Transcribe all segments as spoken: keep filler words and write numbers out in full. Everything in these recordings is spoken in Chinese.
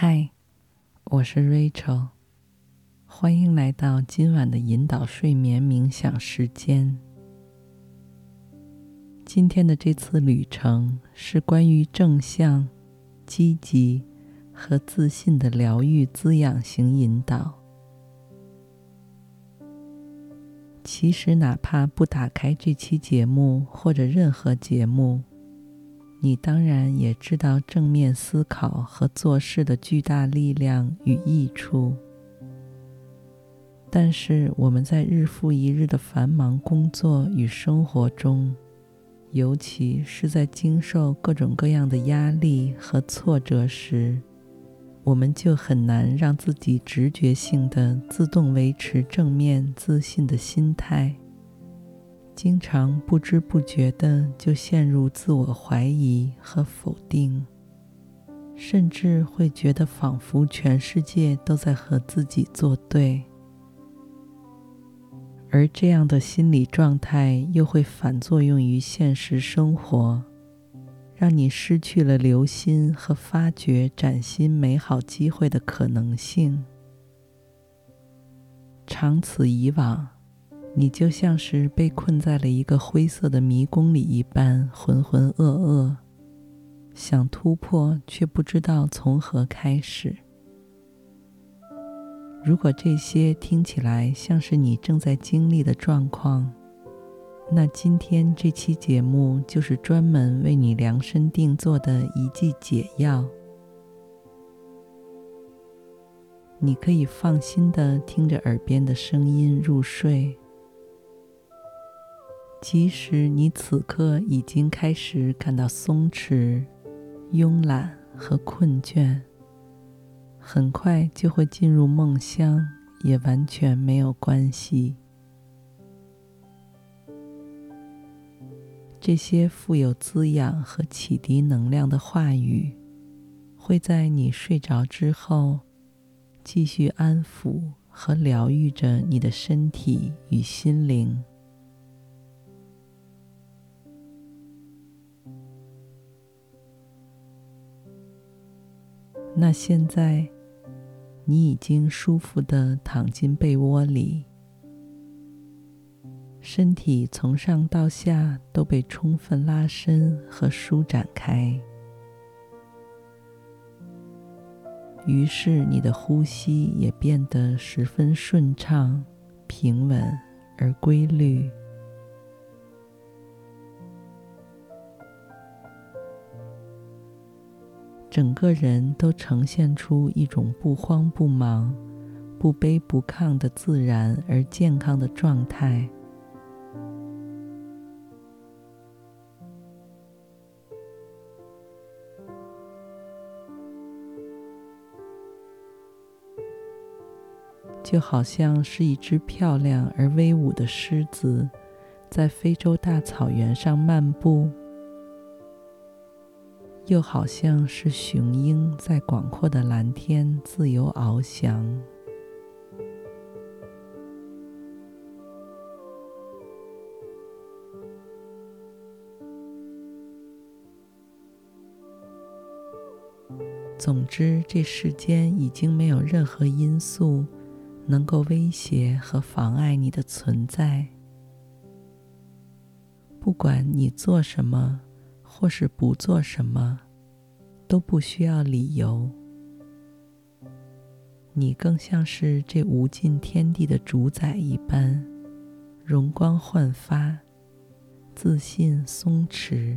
嗨，我是 Rachel， 欢迎来到今晚的引导睡眠冥想时间。今天的这次旅程是关于正向、积极和自信的疗愈滋养型引导。其实哪怕不打开这期节目或者任何节目，你当然也知道正面思考和做事的巨大力量与益处。但是我们在日复一日的繁忙工作与生活中，尤其是在经受各种各样的压力和挫折时，我们就很难让自己直觉性的自动维持正面自信的心态，经常不知不觉地就陷入自我怀疑和否定，甚至会觉得仿佛全世界都在和自己作对。而这样的心理状态又会反作用于现实生活，让你失去了留心和发掘崭新美好机会的可能性。长此以往，你就像是被困在了一个灰色的迷宫里一般，浑浑噩噩，想突破却不知道从何开始。如果这些听起来像是你正在经历的状况，那今天这期节目就是专门为你量身定做的一剂解药。你可以放心地听着耳边的声音入睡，即使你此刻已经开始感到松弛、慵懒和困倦，很快就会进入梦乡，也完全没有关系。这些富有滋养和启迪能量的话语，会在你睡着之后，继续安抚和疗愈着你的身体与心灵。那现在，你已经舒服地躺进被窝里，身体从上到下都被充分拉伸和舒展开，于是你的呼吸也变得十分顺畅、平稳而规律。整个人都呈现出一种不慌不忙、不卑不亢的自然而健康的状态。就好像是一只漂亮而威武的狮子，在非洲大草原上漫步，又好像是雄鹰在广阔的蓝天自由翱翔。总之，这世间已经没有任何因素能够威胁和妨碍你的存在。不管你做什么或是不做什么，都不需要理由。你更像是这无尽天地的主宰一般，容光焕发，自信松弛。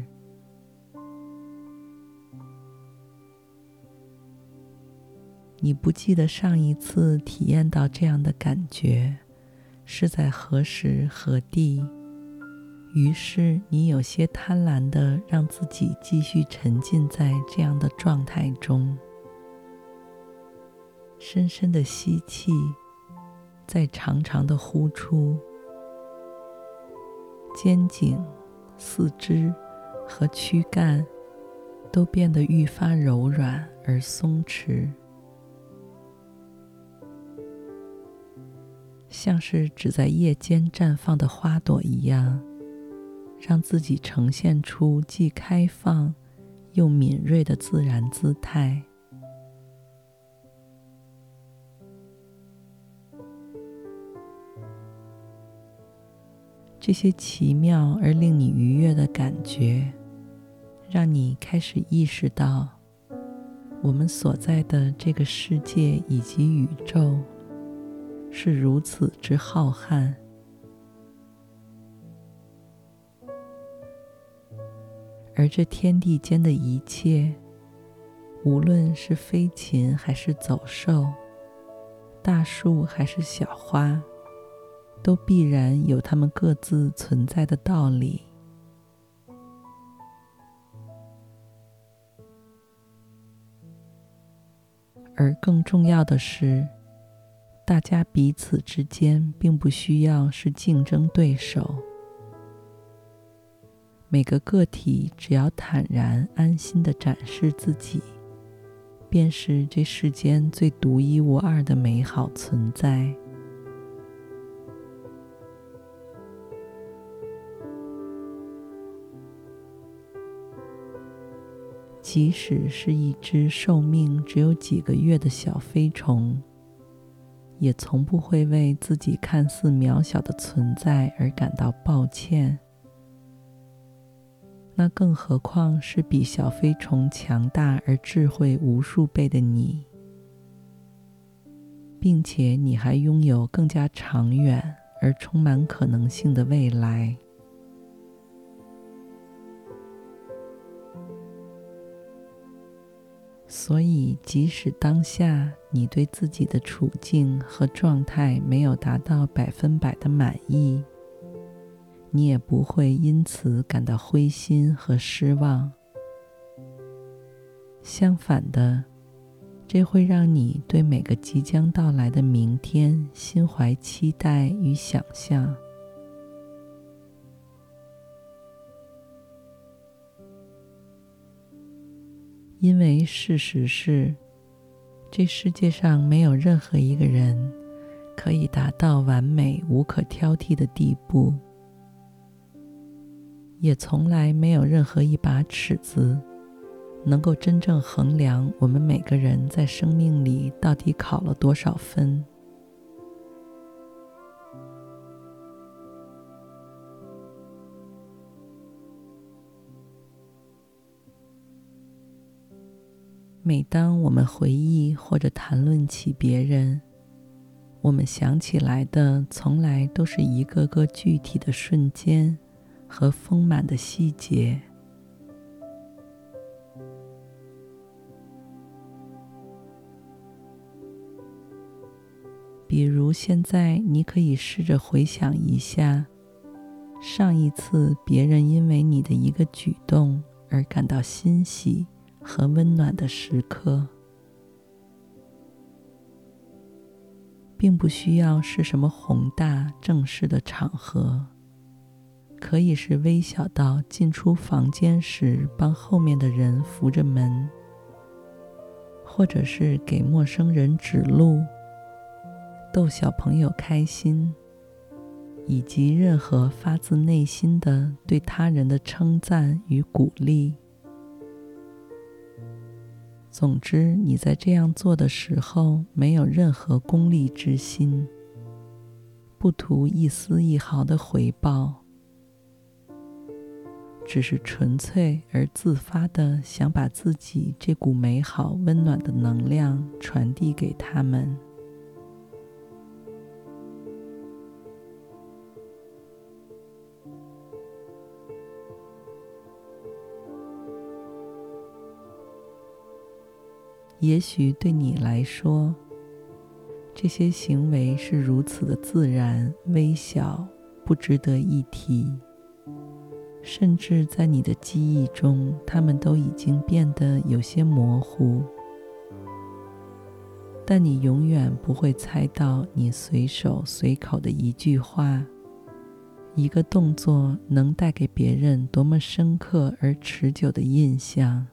你不记得上一次体验到这样的感觉是在何时何地，于是你有些贪婪地让自己继续沉浸在这样的状态中，深深的吸气，再长长的呼出，肩颈、四肢和躯干都变得愈发柔软而松弛，像是只在夜间绽放的花朵一样，让自己呈现出既开放又敏锐的自然姿态。 这些奇妙而令你愉悦的感觉，让你开始意识到，我们所在的这个世界以及宇宙是如此之浩瀚，而这天地间的一切，无论是飞禽还是走兽，大树还是小花，都必然有它们各自存在的道理。而更重要的是，大家彼此之间并不需要是竞争对手，每个个体只要坦然安心地展示自己，便是这世间最独一无二的美好存在。即使是一只寿命只有几个月的小飞虫，也从不会为自己看似渺小的存在而感到抱歉。那更何况是比小飞虫强大而智慧无数倍的你，并且你还拥有更加长远而充满可能性的未来。所以，即使当下你对自己的处境和状态没有达到百分百的满意，你也不会因此感到灰心和失望。相反的，这会让你对每个即将到来的明天心怀期待与想象。因为事实是，这世界上没有任何一个人可以达到完美无可挑剔的地步，也从来没有任何一把尺子能够真正衡量我们每个人在生命里到底考了多少分。每当我们回忆或者谈论起别人，我们想起来的从来都是一个个具体的瞬间和丰满的细节。比如现在你可以试着回想一下，上一次别人因为你的一个举动而感到欣喜和温暖的时刻，并不需要是什么宏大正式的场合，可以是微小到进出房间时帮后面的人扶着门，或者是给陌生人指路，逗小朋友开心，以及任何发自内心的对他人的称赞与鼓励。总之，你在这样做的时候，没有任何功利之心，不图一丝一毫的回报，只是纯粹而自发地想把自己这股美好温暖的能量传递给他们。也许对你来说，这些行为是如此的自然、微小，不值得一提，甚至在你的记忆中，它们都已经变得有些模糊。但你永远不会猜到，你随手随口的一句话、一个动作，能带给别人多么深刻而持久的印象。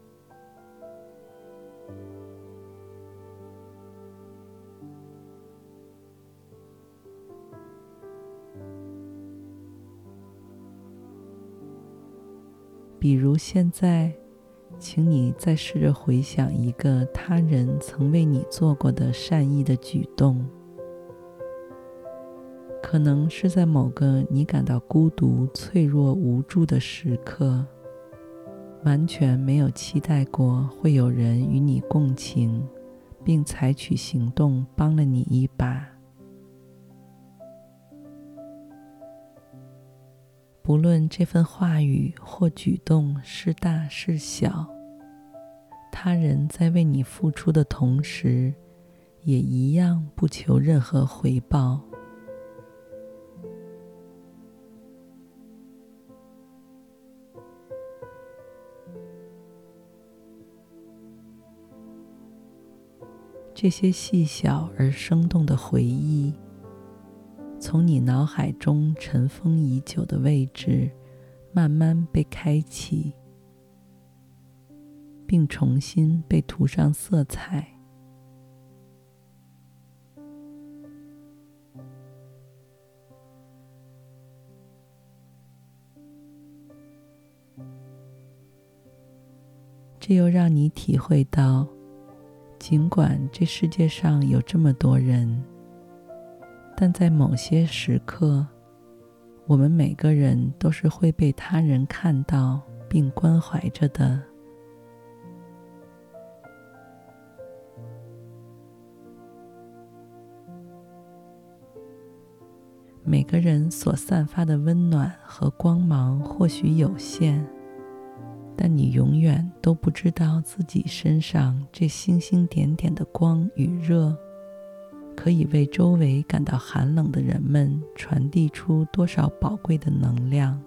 比如现在，请你再试着回想一个他人曾为你做过的善意的举动， 可能是在某个你感到孤独、脆弱、无助的时刻，完全没有期待过会有人与你共情，并采取行动帮了你一把。不论这份话语或举动是大是小，他人在为你付出的同时，也一样不求任何回报。这些细小而生动的回忆，从你脑海中尘封已久的位置，慢慢被开启，并重新被涂上色彩。这又让你体会到，尽管这世界上有这么多人，但在某些时刻，我们每个人都是会被他人看到并关怀着的。每个人所散发的温暖和光芒或许有限，但你永远都不知道自己身上这星星点点的光与热，可以为周围感到寒冷的人们传递出多少宝贵的能量。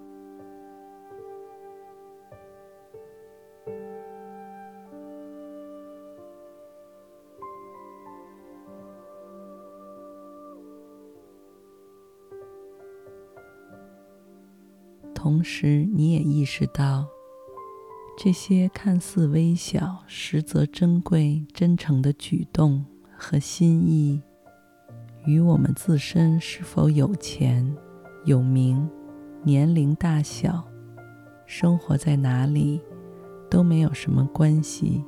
同时，你也意识到，这些看似微小，实则珍贵、真诚的举动和心意，与我们自身是否有钱、有名、年龄大小、生活在哪里，都没有什么关系。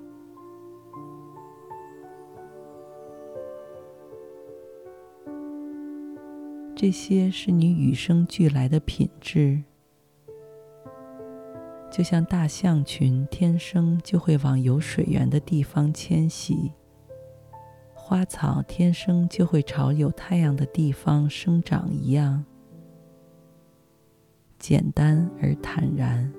这些是你与生俱来的品质。就像大象群天生就会往有水源的地方迁徙，花草天生就会朝有太阳的地方生长一样，简单而坦然。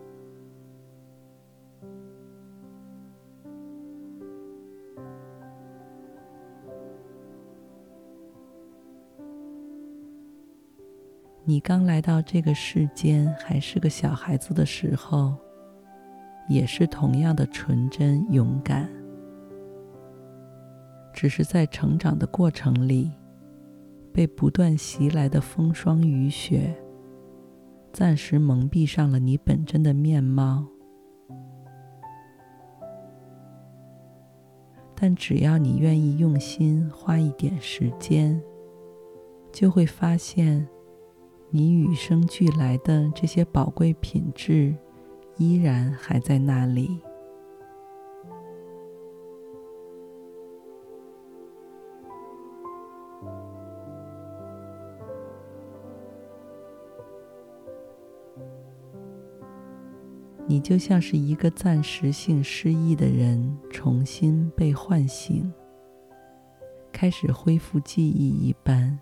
你刚来到这个世间还是个小孩子的时候，也是同样的纯真勇敢，只是在成长的过程里，被不断袭来的风霜雨雪暂时蒙蔽上了你本真的面貌。但只要你愿意用心花一点时间，就会发现你与生俱来的这些宝贵品质依然还在那里。你就像是一个暂时性失忆的人，重新被唤醒，开始恢复记忆一般，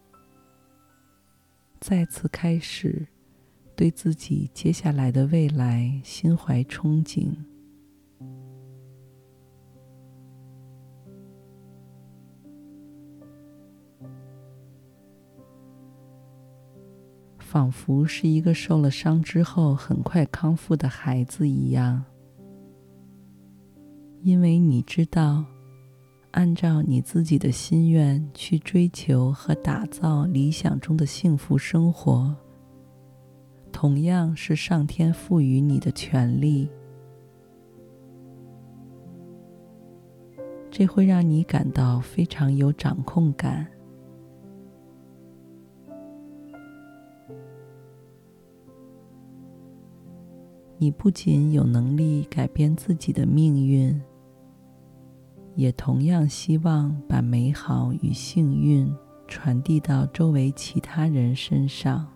再次开始对自己接下来的未来心怀憧憬。仿佛是一个受了伤之后很快康复的孩子一样，因为你知道，按照你自己的心愿去追求和打造理想中的幸福生活，同样是上天赋予你的权利。这会让你感到非常有掌控感。你不仅有能力改变自己的命运，也同样希望把美好与幸运传递到周围其他人身上。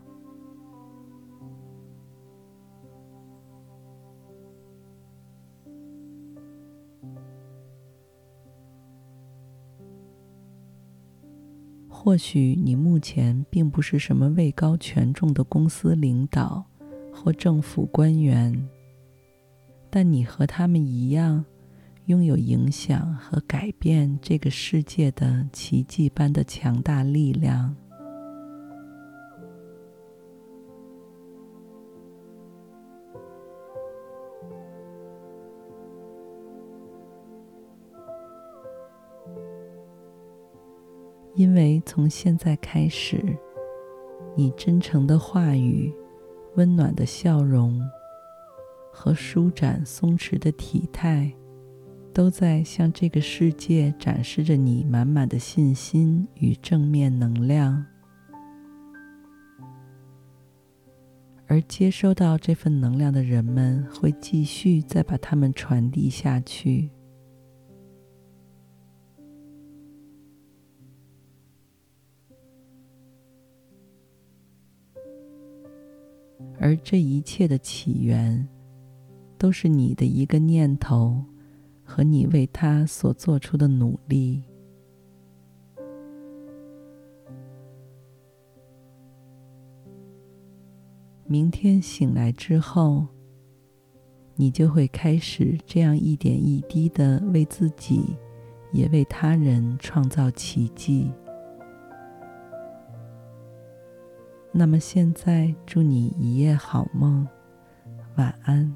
或许你目前并不是什么位高权重的公司领导或政府官员，但你和他们一样，拥有影响和改变这个世界的奇迹般的强大力量。因为从现在开始，你真诚的话语、温暖的笑容和舒展松弛的体态，都在向这个世界展示着你满满的信心与正面能量。而接收到这份能量的人们会继续再把它们传递下去。而这一切的起源，都是你的一个念头和你为它所做出的努力。明天醒来之后，你就会开始这样一点一滴地为自己，也为他人创造奇迹。那么现在，祝你一夜好梦，晚安。